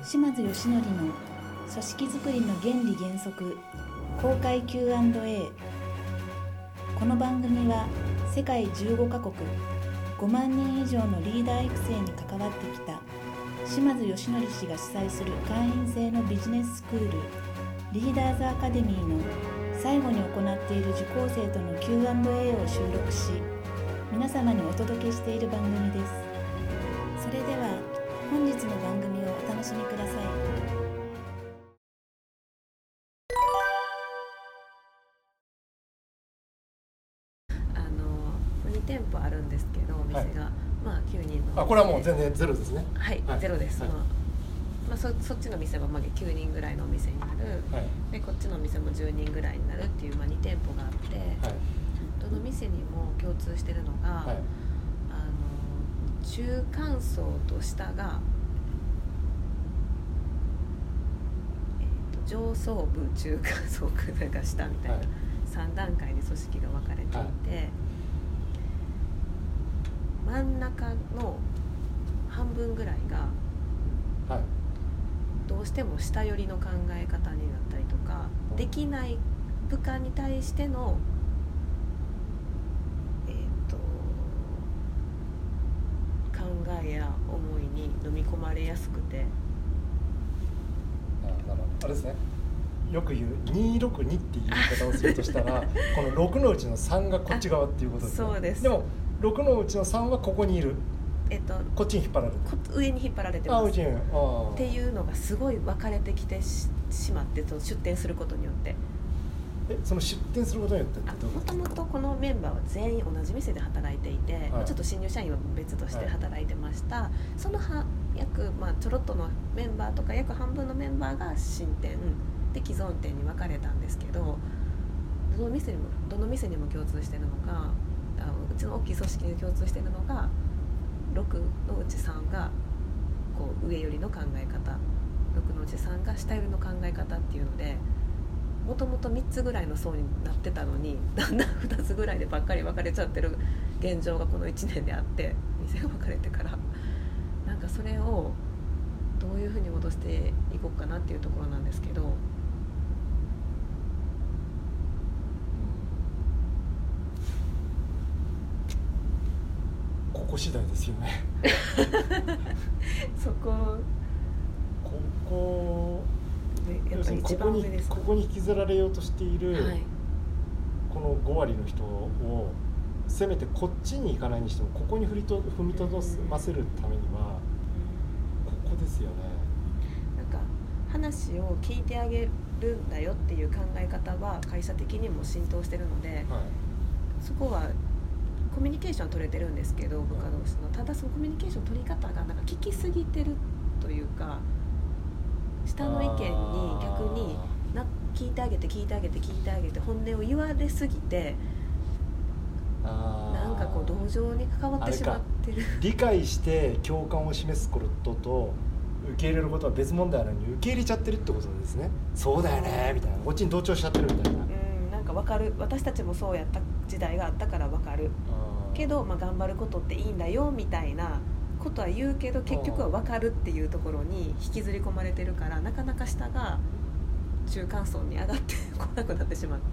島津義則の組織づくりの原理原則公開 Q&A。 この番組は世界15カ国5万人以上のリーダー育成に関わってきた島津義則氏が主催する会員制のビジネススクールリーダーズアカデミーの最後に行っている受講生との Q&A を収録し、皆様にお届けしている番組です。それでは本日の番組をお楽しみください。 2店舗あるんですけど、お店が、9人の。 これはもう全然ゼロですね。 はい、ゼロです。そっちの店は9人ぐらいのお店になる、でこっちのお店も10人ぐらいになるっていう、2店舗があって、どの店にも共通してるのが、中間層と下が、上層部、中間層が下みたいな、3段階で組織が分かれていて、真ん中の半分ぐらいが、どうしても下寄りの考え方になったりとか、できない部下に対しての、考えや思いに飲み込まれやすくて、 あれですね、よく言う262っていう言い方をするとしたらこの6のうちの3がこっち側っていうことですね。 そうです。 でも6のうちの3はここにいる、こっちに引っ張られる、 上に引っ張られてますっていうのがすごい分かれてきてしまって、出店することによって。 その出店することによってもともとこのメンバーは全員同じ店で働いていて、ちょっと新入社員は別として働いてました、その約、ちょろっとのメンバーとか約半分のメンバーが新店で既存店に分かれたんですけど、どの店にも共通してるのが、うちの大きい組織に共通してるのが6のうち3がこう上寄りの考え方、6のうち3が下寄りの考え方っていうので、もともと3つぐらいの層になってたのに、だんだん2つぐらいでばっかり分かれちゃってる現状がこの1年であって、店が分かれてから、なんかそれをどういうふうに戻していこうかなっていうところなんですけど、 ここ次第ですよねこやっぱり一番上ですか。 ここに引きずられようとしている、この5割の人をせめてこっちに行かないにしてもここに踏みとどませるためには、ここですよね。 なんか話を聞いてあげるんだよっていう考え方は会社的にも浸透してるので、そこはコミュニケーション取れてるんですけど、部下同士の。ただそのコミュニケーション取り方がなんか聞きすぎてるというか、下の意見に逆に聞いてあげて本音を言われすぎて、なんかこう同情に関わってしまってる。 理解して共感を示すことと受け入れることは別問題なのに受け入れちゃってるってことですね。そうだよねみたいな、こっちに同調しちゃってるみたいな。 なんか分かる、私たちもそうやった時代があったから分かるけど、頑張ることっていいんだよみたいなことは言うけど、結局は分かるっていうところに引きずり込まれてるから、なかなか下が中間層に上がってこなくなってしまって、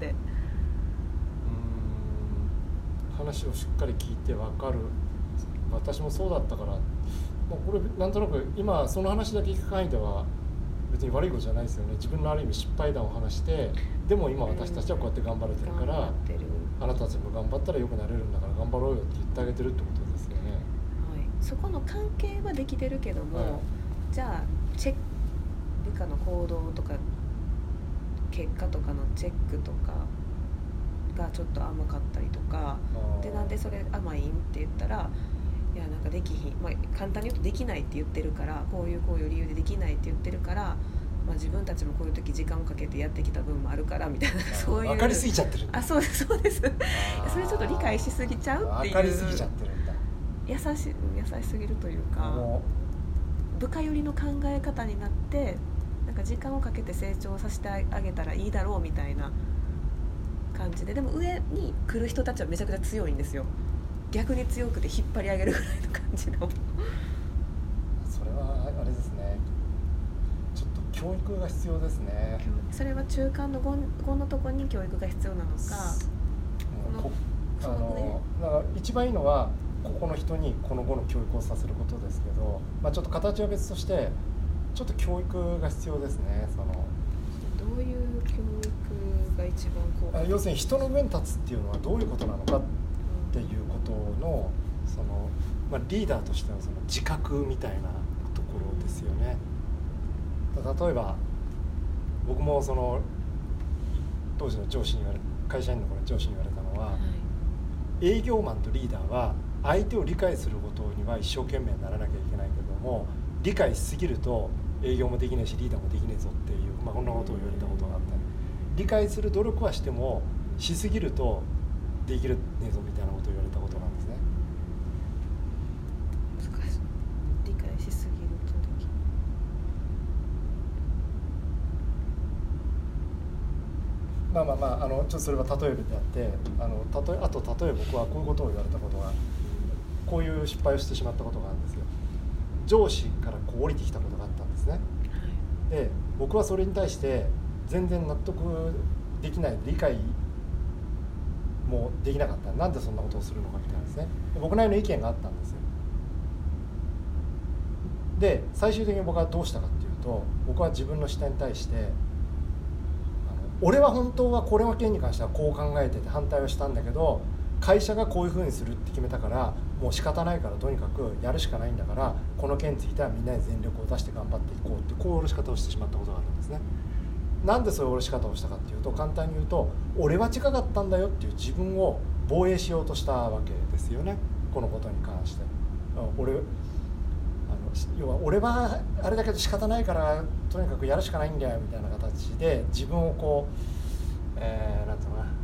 話をしっかり聞いて分かる。私もそうだったから、これなんとなく今その話だけ聞く範囲では別に悪いことじゃないですよね。自分のある意味失敗談を話して、でも今私たちはこうやって頑張れてるから、あなたたちも頑張ったら良くなれるんだから頑張ろうよって言ってあげてるってことですよね。 そこの関係はできてるけども、じゃあ部下の行動とか結果とかのチェックとかがちょっと甘かったりとかで、なんでそれ甘いんって言ったら、いやなんかできひん、簡単に言うとできないって言ってるから、こういう理由でできないって言ってるから、自分たちもこういう時時間をかけてやってきた分もあるからみたいな、そういう分かりすぎちゃってる。 そうですそれちょっと理解しすぎちゃうっていう、 分かりすぎちゃってるんだ。 優しすぎるというか、部下寄りの考え方になって、なんか時間をかけて成長させてあげたらいいだろうみたいな感じで、でも上に来る人たちはめちゃくちゃ強いんですよ。逆に強くて引っ張り上げるぐらいの感じの。 それはあれですね、 ちょっと教育が必要ですね。 それは中間の5のとこに教育が必要なのか、 だから一番いいのはここの人にこの5の教育をさせることですけど、ちょっと形は別としてちょっと教育が必要ですね。 どういう教育が一番効果的？ 要するに人の上に立つっていうのはどういうことなのかっていうことのリーダーとしてのその自覚みたいなところですよね。例えば僕もその当時の上司に会社員の頃に上司に言われたのは、営業マンとリーダーは相手を理解することには一生懸命にならなきゃいけないけども、理解しすぎると営業もできないしリーダーもできねえぞっていう、こんなことを言われたことがあったり、理解する努力はしてもしすぎるとできるねえぞみたいなことを言われたことなんですね。 難しい。理解しすぎるとできる。 ちょっとそれは例えであって例え僕はこういうことを言われたことが、こういう失敗をしてしまったことがあるんですよ。上司からこう降りてきたことがあったんですね。で僕はそれに対して全然納得できない、理解もできなかった。なんでそんなことをするのかみたいなですね。僕なりの意見があったんですよ。で最終的に僕はどうしたかっていうと、僕は自分の視点に対して俺は本当はこれの件に関してはこう考えてて反対はしたんだけど、会社がこういうふうにするって決めたからもう仕方ないからとにかくやるしかないんだから、この件についてはみんなに全力を出して頑張っていこうって、こういう下ろし方をしてしまったことがあるんですね。なんでそういう下ろし方をしたかっていうと、簡単に言うと俺は近かったんだよっていう自分を防衛しようとしたわけですよね。このことに関して要は俺はあれだけど仕方ないからとにかくやるしかないんだよみたいな形で自分をこう、なんていうのかな、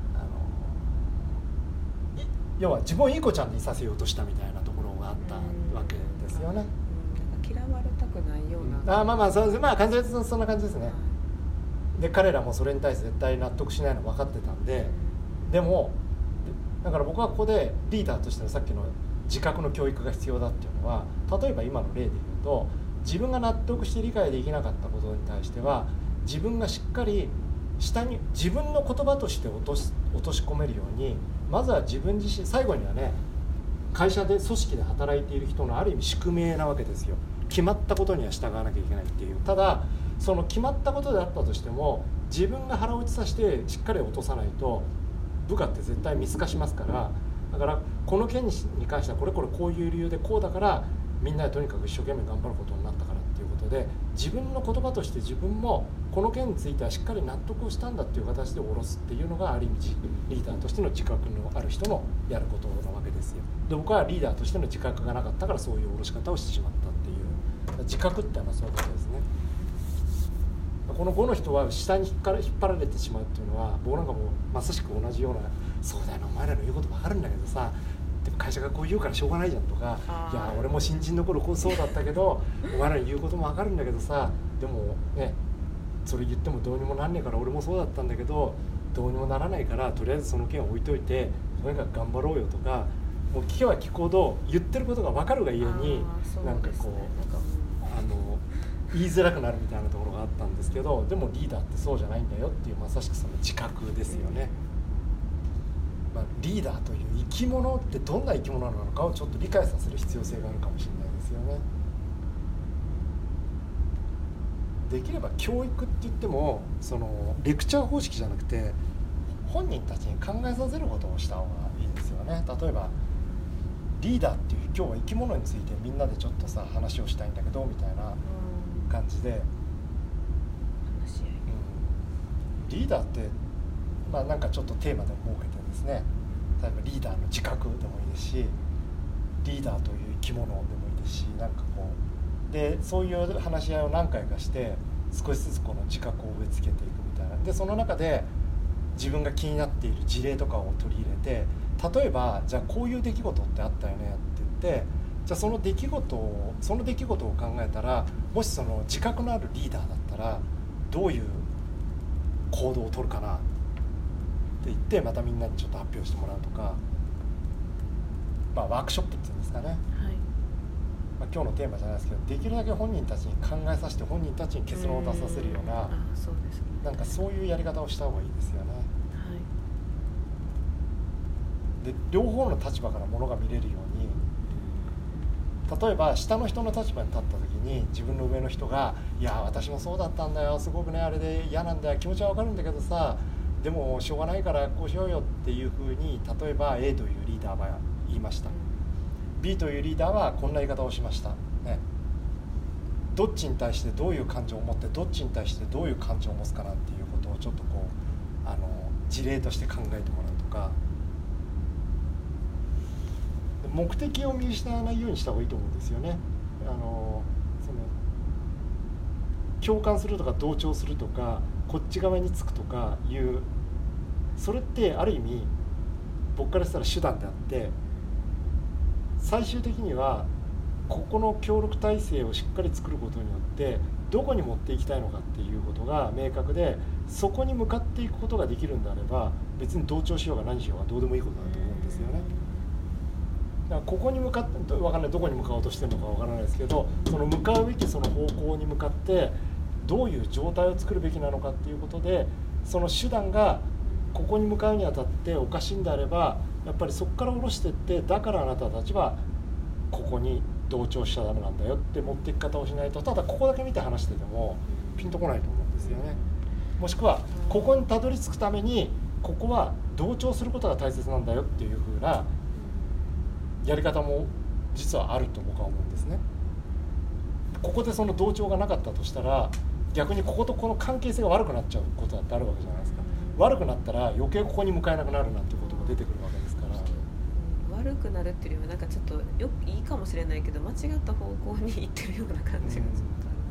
要は自分をいい子ちゃんにさせようとしたみたいなところがあったわけですよね。 なんか嫌われたくないような、 完全にそんな感じですね。で彼らもそれに対して絶対納得しないの分かってたんで、でもだから僕はここでリーダーとしてのさっきの自覚の教育が必要だっていうのは、例えば今の例で言うと、自分が納得して理解できなかったことに対しては自分がしっかり下に自分の言葉として落とし込めるように、まずは自分自身、最後にはね、会社で組織で働いている人のある意味宿命なわけですよ。決まったことには従わなきゃいけないっていう。ただその決まったことであったとしても自分が腹落ちさせてしっかり落とさないと部下って絶対見透かしますから、だからこの件に関してはこういう理由でこうだからみんなでとにかく一生懸命頑張ることになったからっていうことで、自分の言葉として自分もこの件についてはしっかり納得をしたんだっていう形で下ろすっていうのがある意味リーダーとしての自覚のある人のやることなわけですよ。で僕はリーダーとしての自覚がなかったからそういう下ろし方をしてしまったっていう、自覚ってのはそういうことですね。この5の人は下に引っ張られてしまうっていうのは、僕なんかもまさしく同じような、そうだよな、お前らの言うこと分かるんだけどさ、でも会社がこう言うからしょうがないじゃんとか、いや俺も新人の頃こうそうだったけどお前らに言うことも分かるんだけどさ、でもねそれ言ってもどうにもなんねえから俺もそうだったんだけどどうにもならないからとりあえずその件を置いといてとにかく頑張ろうよとか、もう聞けば聞くほど言ってることが分かるがゆえになんかこう言いづらくなるみたいなところがあったんですけど、でもリーダーってそうじゃないんだよっていう、まさしくその自覚ですよね。リーダーという生き物ってどんな生き物なのかをちょっと理解させる必要性があるかもしれないですよね。できれば教育って言ってもそのレクチャー方式じゃなくて本人たちに考えさせることをした方がいいですよね。例えばリーダーっていう今日は生き物についてみんなでちょっとさ話をしたいんだけどみたいな感じで、 話し合い、 リーダーってなんかちょっとテーマで設けてですね、例えばリーダーの自覚でもいいですし、リーダーという生き物でもいいですし、なんかこうでそういう話し合いを何回かして少しずつこの自覚を植え付けていくみたいな。でその中で自分が気になっている事例とかを取り入れて、例えばじゃあこういう出来事ってあったよねって言って、じゃあその出来事を考えたら、もしその自覚のあるリーダーだったらどういう行動を取るかなって言って、またみんなにちょっと発表してもらうとか、ワークショップっていうんですかね、 今日のテーマじゃないですけど、できるだけ本人たちに考えさせて本人たちに結論を出させるような、 そうですね、 なんかそういうやり方をした方がいいですよね。で両方の立場からものが見れるように、例えば下の人の立場に立った時に自分の上の人が「いや私もそうだったんだよ、すごくねあれで嫌なんだよ、気持ちは分かるんだけどさ、でもしょうがないからこうしようよ」っていうふうに、例えば A というリーダーは言いました、B というリーダーはこんな言い方をしました、ね、どっちに対してどういう感情を持ってどっちに対してどういう感情を持つかなんていうことをちょっとこう事例として考えてもらうとか、目的を見失わないようにした方がいいと思うんですよね。その共感するとか同調するとかこっち側につくとかいう、それってある意味僕からしたら手段であって、最終的にはここの協力体制をしっかり作ることによってどこに持っていきたいのかっていうことが明確で、そこに向かっていくことができるんであれば、別に同調しようが何しようがどうでもいいことだと思うんですよね。だからここに向かって分かんない、どこに向かおうとしてるのか分からないですけど、その向かうべきその方向に向かってどういう状態を作るべきなのかっていうことで、その手段がここに向かうにあたっておかしいんであれば、やっぱりそこから下ろしていって、だからあなたたちはここに同調しちゃダメなんだよって持っていき方をしないと、ただここだけ見て話しててもピンとこないと思うんですよね。もしくはここにたどり着くためにここは同調することが大切なんだよっていう風なやり方も実はあると僕は思うんですね。ここでその同調がなかったとしたら、逆にこことこの関係性が悪くなっちゃうことだってあるわけじゃないですか。悪くなったら余計ここに向かえなくなるなんていうことも出てくるわけですから、 悪くなるっていうよりはなんかちょっといいかもしれないけど間違った方向に行ってるような感じがちょっとあるから、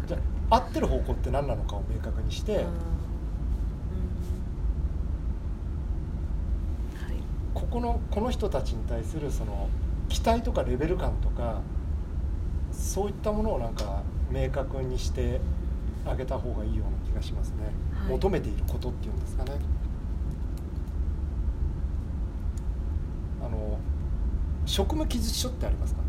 じゃあ合ってる方向って何なのかを明確にして、この人たちに対するその期待とかレベル感とか、そういったものをなんか明確にしてあげた方がいいような気がしますね、はい、求めていることっていうんですかね。職務記述書ってありますか？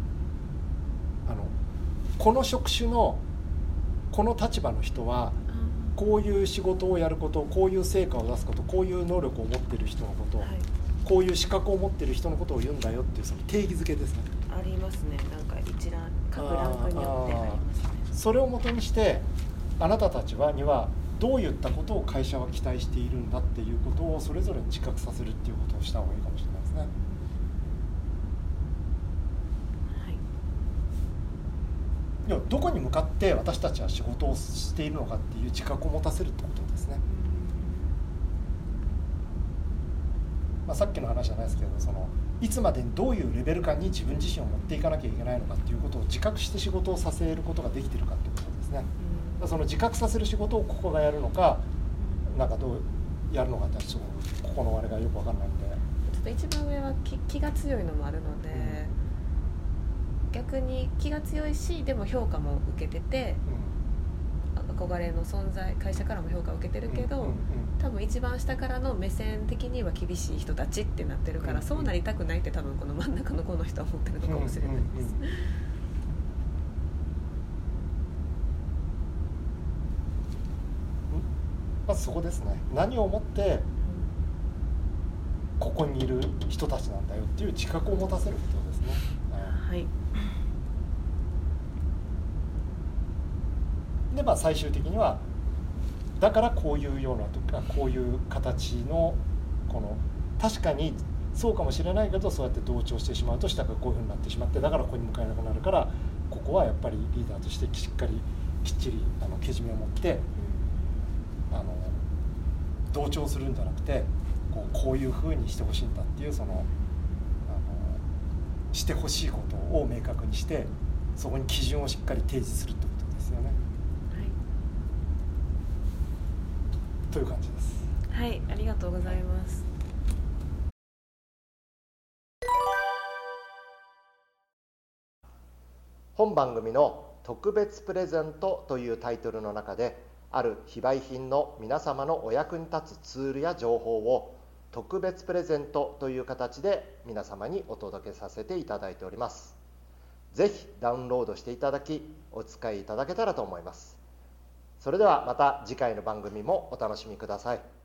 この職種のこの立場の人はこういう仕事をやること、こういう成果を出すこと、こういう能力を持っている人のこと、はい、こういう資格を持っている人のことを言うんだよっていうその定義づけですね。 ありますね。なんか一覧各ランクによってありますね。 それをもとにしてあなたたちにはどういったことを会社は期待しているんだっていうことをそれぞれに自覚させるっていうことをした方がいいかもしれないですね。 はい。 いや、どこに向かって私たちは仕事をしているのかっていう自覚を持たせるってことですね。さっきの話じゃないですけど、いつまでにどういうレベル感に自分自身を持っていかなきゃいけないのかっていうことを自覚して仕事をさせることができているかっていうことですね。その自覚させる仕事をここがやるのか、なんかどうやるのかってちょっとここのあれがよく分かんないんで、 ちょっと一番上は気が強いのもあるので、逆に気が強いし、でも評価も受けてて、憧れの存在、会社からも評価を受けてるけど、多分一番下からの目線的には厳しい人たちってなってるから、そうなりたくないって多分この真ん中のこの人は思ってるのかもしれないです。 まずそこですね。何を思ってここにいる人たちなんだよっていう自覚を持たせることですね。 はい。 で、最終的にはだからこういうようなとかこういう形のこの確かにそうかもしれないけど、そうやって同調してしまうと下がこういうふうになってしまって、だからここに向かえなくなるから、ここはやっぱりリーダーとしてしっかりきっちりけじめを持って同調するんじゃなくて、こういうふうにしてほしいんだっていうしてほしいことを明確にして、そこに基準をしっかり提示するってことですよね。という感じです。 はい、ありがとうございます。 本番組の特別プレゼントというタイトルの中で、ある非売品の皆様のお役に立つツールや情報を特別プレゼントという形で皆様にお届けさせていただいております。 ぜひダウンロードしていただきお使いいただけたらと思います。それではまた次回の番組もお楽しみください。